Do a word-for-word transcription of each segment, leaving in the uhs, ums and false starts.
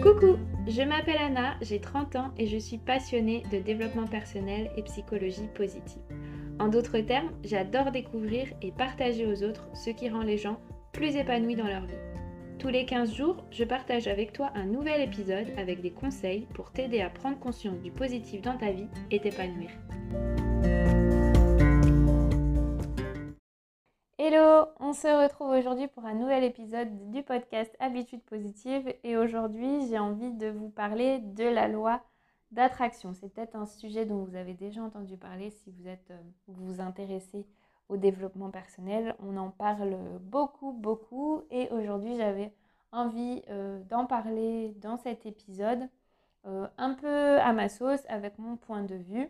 Coucou, je m'appelle Anna, j'ai trente ans et je suis passionnée de développement personnel et psychologie positive. En d'autres termes, j'adore découvrir et partager aux autres ce qui rend les gens plus épanouis dans leur vie. Tous les quinze jours, je partage avec toi un nouvel épisode avec des conseils pour t'aider à prendre conscience du positif dans ta vie et t'épanouir. Hello, on se retrouve aujourd'hui pour un nouvel épisode du podcast Habitudes positives et aujourd'hui j'ai envie de vous parler de la loi d'attraction. C'est peut-être un sujet dont vous avez déjà entendu parler si vous êtes, vous vous intéressez au développement personnel. On en parle beaucoup beaucoup et aujourd'hui j'avais envie euh, d'en parler dans cet épisode euh, un peu à ma sauce avec mon point de vue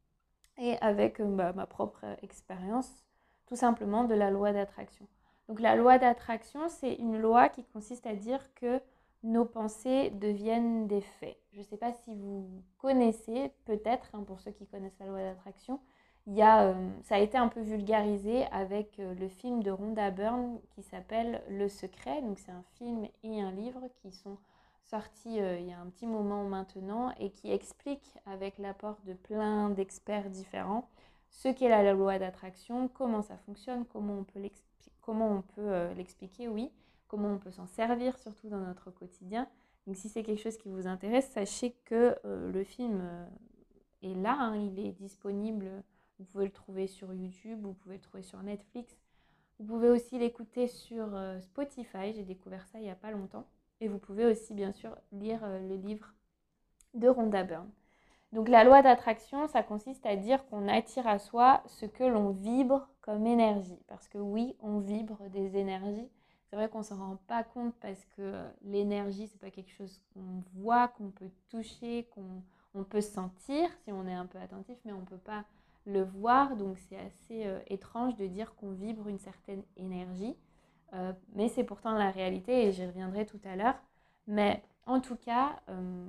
et avec euh, bah, ma propre expérience tout simplement de la loi d'attraction. Donc la loi d'attraction, c'est une loi qui consiste à dire que nos pensées deviennent des faits. Je ne sais pas si vous connaissez, peut-être, hein, pour ceux qui connaissent la loi d'attraction, il y a, euh, ça a été un peu vulgarisé avec euh, le film de Rhonda Byrne qui s'appelle Le Secret. Donc c'est un film et un livre qui sont sortis euh, il y a un petit moment maintenant et qui expliquent avec l'apport de plein d'experts différents ce qu'est la loi d'attraction, comment ça fonctionne, comment on peut l'expliquer, comment on peut euh, l'expliquer, oui, comment on peut s'en servir, surtout dans notre quotidien. Donc si c'est quelque chose qui vous intéresse, sachez que euh, le film euh, est là, hein, il est disponible, vous pouvez le trouver sur YouTube, vous pouvez le trouver sur Netflix, vous pouvez aussi l'écouter sur euh, Spotify, j'ai découvert ça il n'y a pas longtemps, et vous pouvez aussi bien sûr lire euh, le livre de Rhonda Byrne. Donc la loi d'attraction, ça consiste à dire qu'on attire à soi ce que l'on vibre comme énergie. Parce que oui, on vibre des énergies. C'est vrai qu'on ne s'en rend pas compte parce que l'énergie, ce n'est pas quelque chose qu'on voit, qu'on peut toucher, qu'on on peut sentir si on est un peu attentif, mais on ne peut pas le voir. Donc c'est assez euh, étrange de dire qu'on vibre une certaine énergie. Euh, mais c'est pourtant la réalité et j'y reviendrai tout à l'heure. Mais en tout cas... Euh,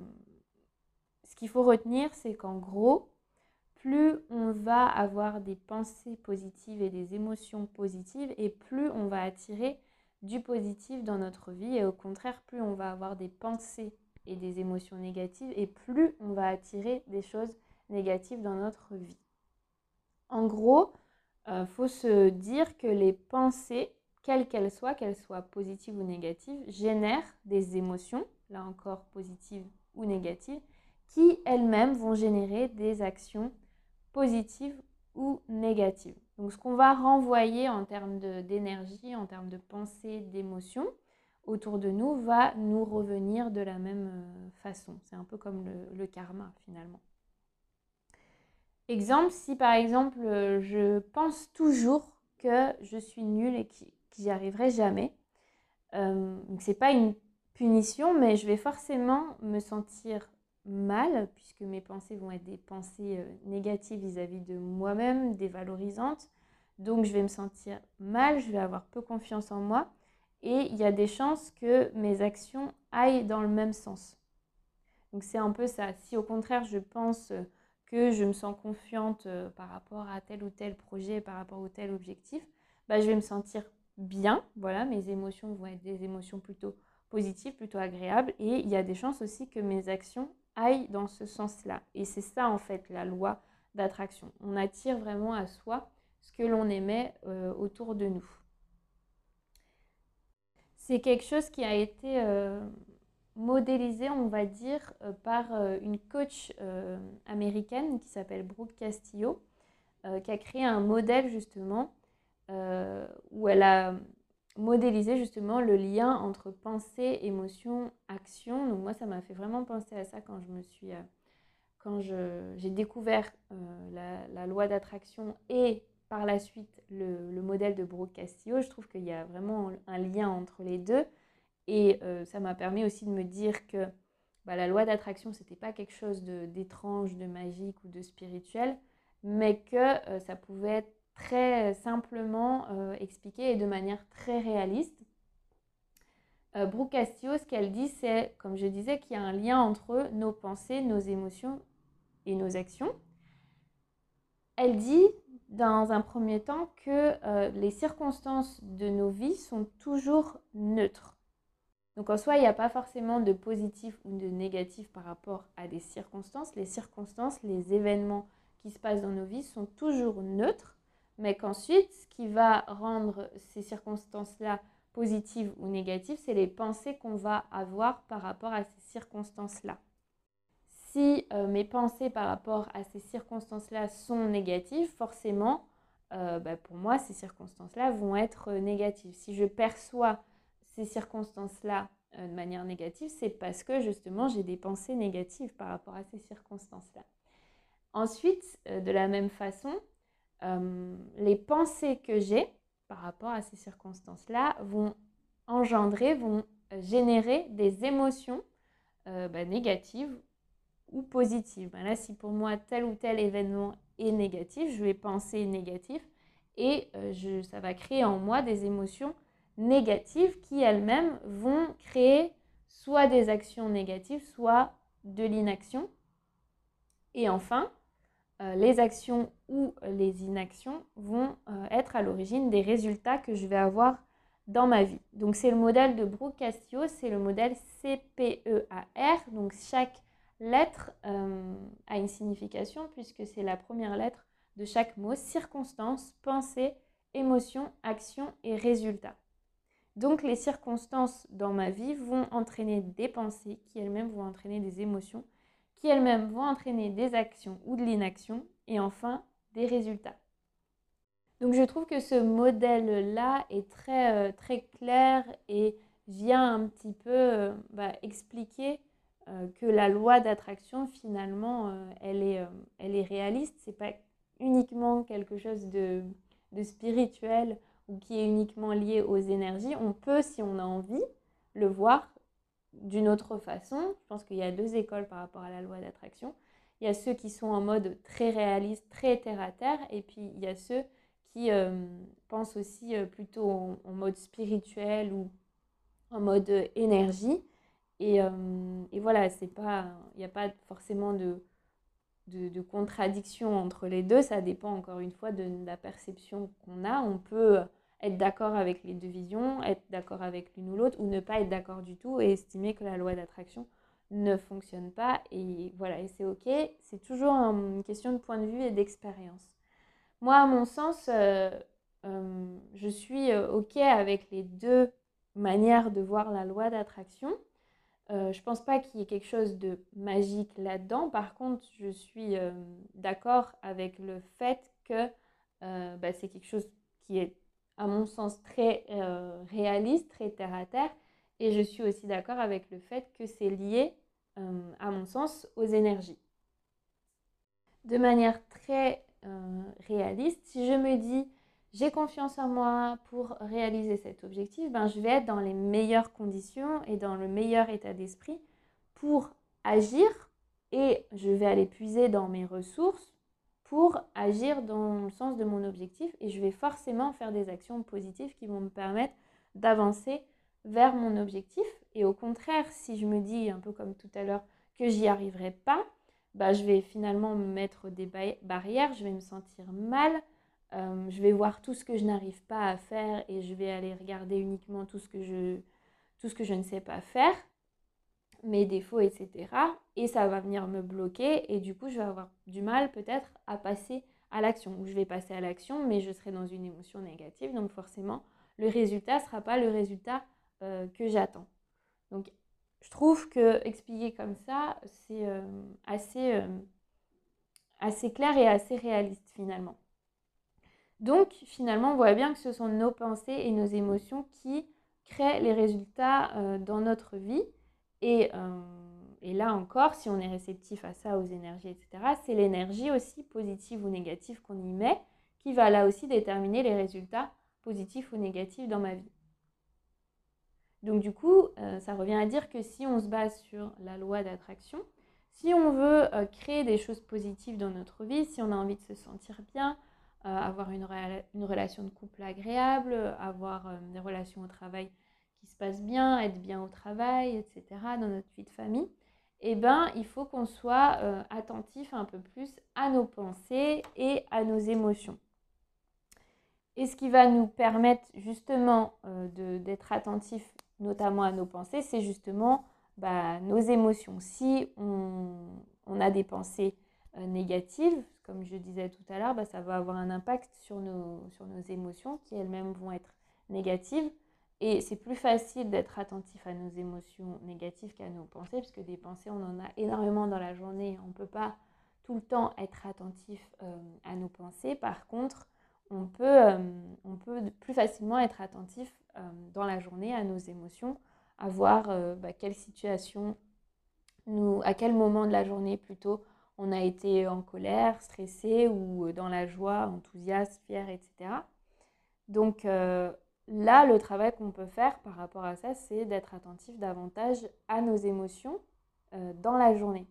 Ce qu'il faut retenir, c'est qu'en gros, plus on va avoir des pensées positives et des émotions positives, et plus on va attirer du positif dans notre vie. Et au contraire, plus on va avoir des pensées et des émotions négatives, et plus on va attirer des choses négatives dans notre vie. En gros, il euh, faut se dire que les pensées, quelles qu'elles soient, qu'elles soient positives ou négatives, génèrent des émotions, là encore positives ou négatives, qui elles-mêmes vont générer des actions positives ou négatives. Donc ce qu'on va renvoyer en termes de, d'énergie, en termes de pensée, d'émotion autour de nous, va nous revenir de la même façon. C'est un peu comme le, le karma finalement. Exemple, si par exemple je pense toujours que je suis nulle et que j'y arriverai jamais, euh, ce n'est pas une punition, mais je vais forcément me sentir mal, puisque mes pensées vont être des pensées euh, négatives vis-à-vis de moi-même, dévalorisantes. Donc je vais me sentir mal, je vais avoir peu confiance en moi et il y a des chances que mes actions aillent dans le même sens. Donc c'est un peu ça. Si au contraire je pense que je me sens confiante euh, par rapport à tel ou tel projet, par rapport à tel objectif, bah, je vais me sentir bien. Voilà, mes émotions vont être des émotions plutôt positives, plutôt agréables. Et il y a des chances aussi que mes actions aillent dans ce sens-là. Et c'est ça en fait la loi d'attraction. On attire vraiment à soi ce que l'on émet euh, autour de nous. C'est quelque chose qui a été euh, modélisé, on va dire, euh, par euh, une coach euh, américaine qui s'appelle Brooke Castillo, euh, qui a créé un modèle justement euh, où elle a modélisé justement le lien entre pensée, émotion, action. Donc moi, ça m'a fait vraiment penser à ça quand je me suis, euh, quand je, j'ai découvert euh, la, la loi d'attraction et par la suite le, le modèle de Brooke Castillo. Je trouve qu'il y a vraiment un lien entre les deux. Et euh, ça m'a permis aussi de me dire que bah, la loi d'attraction, ce n'était pas quelque chose de, d'étrange, de magique ou de spirituel, mais que euh, ça pouvait être très simplement euh, expliqué et de manière très réaliste. Euh, Brooke Castillo, ce qu'elle dit, c'est, comme je disais, qu'il y a un lien entre nos pensées, nos émotions et nos actions. Elle dit, dans un premier temps, que euh, les circonstances de nos vies sont toujours neutres. Donc en soi, il n'y a pas forcément de positif ou de négatif par rapport à des circonstances. Les circonstances, les événements qui se passent dans nos vies sont toujours neutres, mais qu'ensuite, ce qui va rendre ces circonstances-là positives ou négatives, c'est les pensées qu'on va avoir par rapport à ces circonstances-là. Si euh, mes pensées par rapport à ces circonstances-là sont négatives, forcément, euh, bah, pour moi, ces circonstances-là vont être négatives. Si je perçois ces circonstances-là euh, de manière négative, c'est parce que justement, j'ai des pensées négatives par rapport à ces circonstances-là. Ensuite, euh, de la même façon, euh, les pensées que j'ai par rapport à ces circonstances-là vont engendrer, vont générer des émotions euh, bah, négatives ou positives. Ben là, si pour moi tel ou tel événement est négatif, je vais penser négatif et euh, je, ça va créer en moi des émotions négatives qui elles-mêmes vont créer soit des actions négatives, soit de l'inaction. Et enfin, euh, les actions ou les inactions vont euh, être à l'origine des résultats que je vais avoir dans ma vie. Donc c'est le modèle de Brooke Castillo, c'est le modèle C P E A R. Donc chaque lettre euh, a une signification puisque c'est la première lettre de chaque mot: circonstance, pensée, émotion, action et résultat. Donc les circonstances dans ma vie vont entraîner des pensées qui elles-mêmes vont entraîner des émotions, qui elles-mêmes vont entraîner des actions ou de l'inaction et enfin des résultats. Donc je trouve que ce modèle-là est très, euh, très clair et vient un petit peu euh, bah, expliquer euh, que la loi d'attraction finalement euh, elle, est, euh, elle est réaliste. C'est pas uniquement quelque chose de, de spirituel ou qui est uniquement lié aux énergies. On peut, si on a envie, le voir d'une autre façon. Je pense qu'il y a deux écoles par rapport à la loi d'attraction. Il y a ceux qui sont en mode très réaliste, très terre-à-terre, et puis il y a ceux qui euh, pensent aussi euh, plutôt en, en mode spirituel ou en mode euh, énergie. Et, euh, et voilà, c'est pas, il n'y a pas forcément de, de, de contradiction entre les deux. Ça dépend encore une fois de, de la perception qu'on a. On peut être d'accord avec les deux visions, être d'accord avec l'une ou l'autre, ou ne pas être d'accord du tout et estimer que la loi d'attraction ne fonctionne pas. Et voilà, et c'est ok. C'est toujours une question de point de vue et d'expérience. Moi, à mon sens, euh, euh, je suis euh, ok avec les deux manières de voir la loi d'attraction. Euh, je ne pense pas qu'il y ait quelque chose de magique là-dedans. Par contre, je suis euh, d'accord avec le fait que euh, bah, c'est quelque chose qui est, à mon sens, très euh, réaliste, très terre-à-terre. Et je suis aussi d'accord avec le fait que c'est lié, euh, à mon sens, aux énergies. De manière très euh, réaliste, si je me dis j'ai confiance en moi pour réaliser cet objectif, ben, je vais être dans les meilleures conditions et dans le meilleur état d'esprit pour agir et je vais aller puiser dans mes ressources pour agir dans le sens de mon objectif et je vais forcément faire des actions positives qui vont me permettre d'avancer vers mon objectif. Et au contraire, si je me dis, un peu comme tout à l'heure, que j'y arriverai pas, bah, je vais finalement me mettre des barrières, je vais me sentir mal, euh, je vais voir tout ce que je n'arrive pas à faire et je vais aller regarder uniquement tout ce que je, tout ce que je ne sais pas faire, mes défauts, et cetera. Et ça va venir me bloquer et du coup, je vais avoir du mal peut-être à passer à l'action. Ou je vais passer à l'action, mais je serai dans une émotion négative, donc forcément, le résultat ne sera pas le résultat euh, que j'attends. Donc, je trouve que expliquer comme ça, c'est euh, assez, euh, assez clair et assez réaliste finalement. Donc, finalement, on voit bien que ce sont nos pensées et nos émotions qui créent les résultats euh, dans notre vie. Et, euh, et là encore, si on est réceptif à ça, aux énergies, et cetera, c'est l'énergie aussi, positive ou négative, qu'on y met, qui va là aussi déterminer les résultats positifs ou négatifs dans ma vie. Donc du coup, euh, ça revient à dire que si on se base sur la loi d'attraction, si on veut euh, créer des choses positives dans notre vie, si on a envie de se sentir bien, euh, avoir une, re- une relation de couple agréable, avoir euh, des relations au travail qui se passent bien, être bien au travail, et cetera, dans notre vie de famille, eh ben, il faut qu'on soit euh, attentif un peu plus à nos pensées et à nos émotions. Et ce qui va nous permettre justement euh, de, d'être attentif notamment à nos pensées, c'est justement bah, nos émotions. Si on, on a des pensées euh, négatives, comme je disais tout à l'heure, bah, ça va avoir un impact sur nos, sur nos émotions qui elles-mêmes vont être négatives. Et c'est plus facile d'être attentif à nos émotions négatives qu'à nos pensées, parce que des pensées, on en a énormément dans la journée. On ne peut pas tout le temps être attentif euh, à nos pensées. Par contre, on peut, euh, on peut plus facilement être attentif euh, dans la journée à nos émotions, à voir euh, bah, quelle situation, nous, à quel moment de la journée plutôt, on a été en colère, stressé ou dans la joie, enthousiaste, fier, et cetera. Donc euh, là, le travail qu'on peut faire par rapport à ça, c'est d'être attentif davantage à nos émotions euh, dans la journée.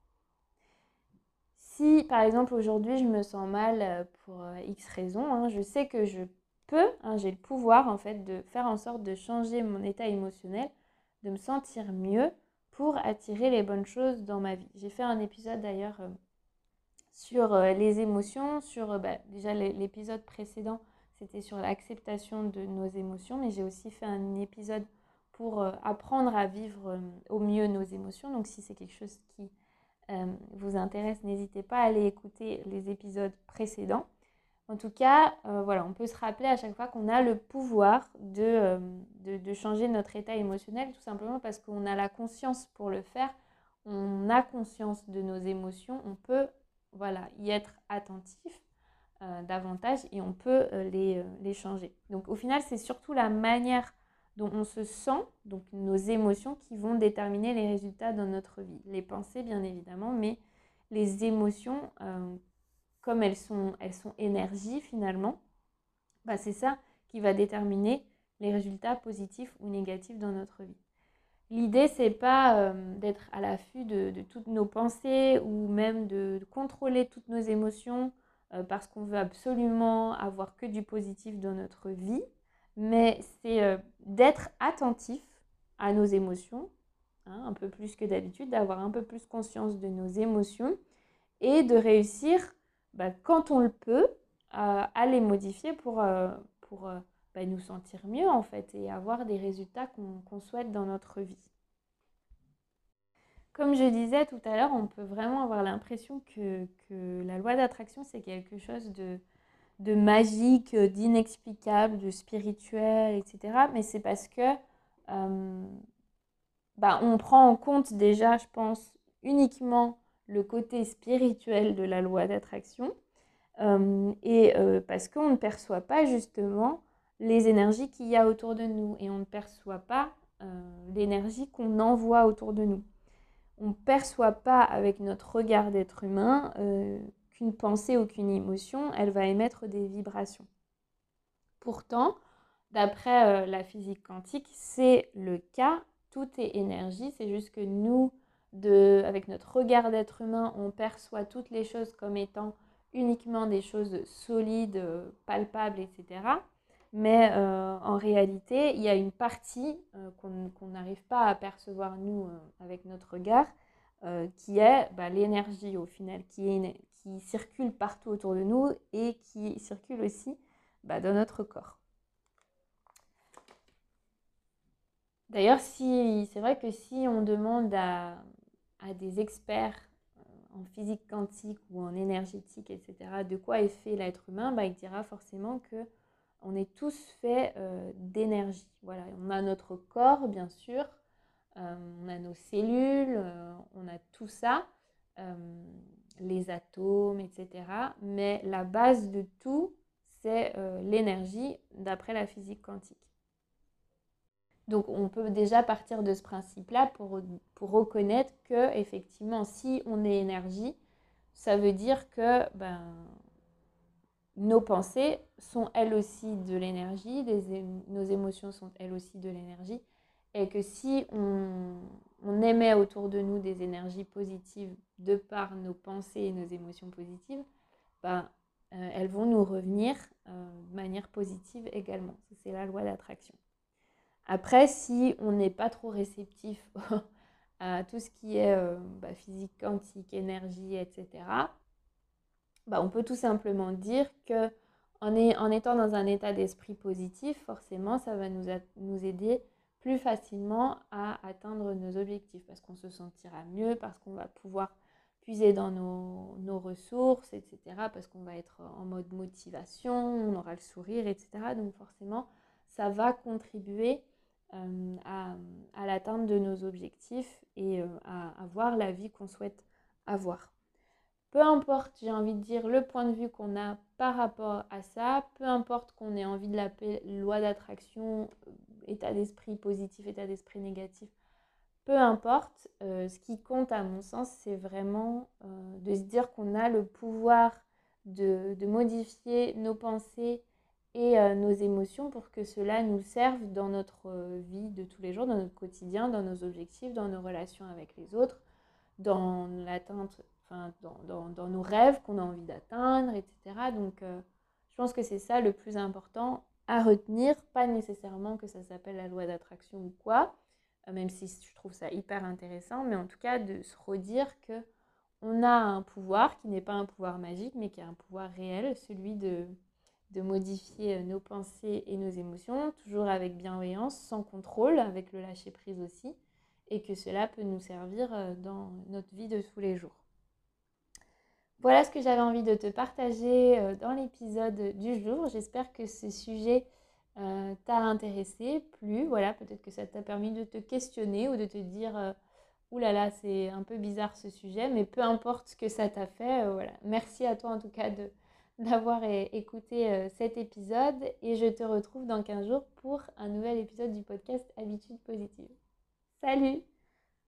Si, par exemple, aujourd'hui, je me sens mal pour euh, X raisons, hein, je sais que je peux, hein, j'ai le pouvoir, en fait, de faire en sorte de changer mon état émotionnel, de me sentir mieux pour attirer les bonnes choses dans ma vie. J'ai fait un épisode, d'ailleurs, euh, sur euh, les émotions, sur, euh, bah, déjà, l'épisode précédent, c'était sur l'acceptation de nos émotions, mais j'ai aussi fait un épisode pour euh, apprendre à vivre euh, au mieux nos émotions. Donc, si c'est quelque chose qui euh, vous intéresse, n'hésitez pas à aller écouter les épisodes précédents. En tout cas, euh, voilà, on peut se rappeler à chaque fois qu'on a le pouvoir de, euh, de, de changer notre état émotionnel, tout simplement parce qu'on a la conscience pour le faire, on a conscience de nos émotions, on peut voilà, y être attentif euh, davantage et on peut euh, les, euh, les changer. Donc au final, c'est surtout la manière dont on se sent, donc nos émotions, qui vont déterminer les résultats dans notre vie. Les pensées, bien évidemment, mais les émotions, euh, comme elles sont, elles sont énergie finalement, bah, c'est ça qui va déterminer les résultats positifs ou négatifs dans notre vie. L'idée, c'est pas euh, d'être à l'affût de, de toutes nos pensées ou même de, de contrôler toutes nos émotions euh, parce qu'on veut absolument avoir que du positif dans notre vie, mais c'est euh, d'être attentif à nos émotions, hein, un peu plus que d'habitude, d'avoir un peu plus conscience de nos émotions et de réussir, bah, quand on le peut, à, à les modifier pour, euh, pour euh, bah, nous sentir mieux en fait et avoir des résultats qu'on qu'on souhaite dans notre vie. Comme je disais tout à l'heure, on peut vraiment avoir l'impression que, que la loi d'attraction, c'est quelque chose de, de magique, d'inexplicable, de spirituel, et cetera. Mais c'est parce que euh, bah, on prend en compte déjà, je pense, uniquement le côté spirituel de la loi d'attraction. Euh, et euh, parce qu'on ne perçoit pas justement les énergies qu'il y a autour de nous et on ne perçoit pas euh, l'énergie qu'on envoie autour de nous. On ne perçoit pas avec notre regard d'être humain euh, qu'une pensée ou qu'une émotion, elle va émettre des vibrations. Pourtant, d'après euh, la physique quantique, c'est le cas, tout est énergie, c'est juste que nous, de, avec notre regard d'être humain, on perçoit toutes les choses comme étant uniquement des choses solides, palpables, et cetera. Mais euh, en réalité, il y a une partie euh, qu'on qu'on n'arrive pas à percevoir, nous, euh, avec notre regard, euh, qui est bah, l'énergie, au final, qui, est, qui circule partout autour de nous et qui circule aussi bah, dans notre corps. D'ailleurs, si, c'est vrai que si on demande à, à des experts en physique quantique ou en énergétique, et cetera, de quoi est fait l'être humain, bah, il dira forcément que on est tous faits euh, d'énergie. Voilà, on a notre corps, bien sûr, euh, on a nos cellules, euh, on a tout ça, euh, les atomes, et cetera. Mais la base de tout, c'est euh, l'énergie, d'après la physique quantique. Donc on peut déjà partir de ce principe-là pour, pour reconnaître que effectivement, si on est énergie, ça veut dire que ben, nos pensées sont elles aussi de l'énergie, nos émotions sont elles aussi de l'énergie, et que si on, on émet autour de nous des énergies positives de par nos pensées et nos émotions positives, ben, euh, elles vont nous revenir euh, de manière positive également. C'est la loi d'attraction. Après, si on n'est pas trop réceptif à tout ce qui est euh, bah, physique quantique, énergie, et cetera, bah, on peut tout simplement dire que en, est, en étant dans un état d'esprit positif, forcément, ça va nous, a, nous aider plus facilement à atteindre nos objectifs parce qu'on se sentira mieux, parce qu'on va pouvoir puiser dans nos, nos ressources, et cetera. Parce qu'on va être en mode motivation, on aura le sourire, et cetera. Donc forcément, ça va contribuer euh, à, à l'atteinte de nos objectifs et euh, à avoir la vie qu'on souhaite avoir. Peu importe, j'ai envie de dire, le point de vue qu'on a par rapport à ça, peu importe qu'on ait envie de l'appeler loi d'attraction, état d'esprit positif, état d'esprit négatif, peu importe, euh, ce qui compte à mon sens, c'est vraiment euh, de se dire qu'on a le pouvoir de, de modifier nos pensées et euh, nos émotions pour que cela nous serve dans notre euh, vie de tous les jours, dans notre quotidien, dans nos objectifs, dans nos relations avec les autres, dans l'atteinte, enfin, dans, dans, dans nos rêves qu'on a envie d'atteindre, et cetera. Donc, euh, je pense que c'est ça le plus important à retenir, pas nécessairement que ça s'appelle la loi d'attraction ou quoi, euh, même si je trouve ça hyper intéressant, mais en tout cas de se redire que on a un pouvoir qui n'est pas un pouvoir magique, mais qui est un pouvoir réel, celui de, de modifier nos pensées et nos émotions, toujours avec bienveillance, sans contrôle, avec le lâcher-prise aussi, et que cela peut nous servir dans notre vie de tous les jours. Voilà ce que j'avais envie de te partager dans l'épisode du jour. J'espère que ce sujet euh, t'a intéressé, plu. Voilà, peut-être que ça t'a permis de te questionner ou de te dire euh, ouh là là, c'est un peu bizarre ce sujet, mais peu importe ce que ça t'a fait. Euh, voilà. Merci à toi en tout cas de, d'avoir écouté euh, cet épisode et je te retrouve dans quinze jours pour un nouvel épisode du podcast Habitudes positives. Salut!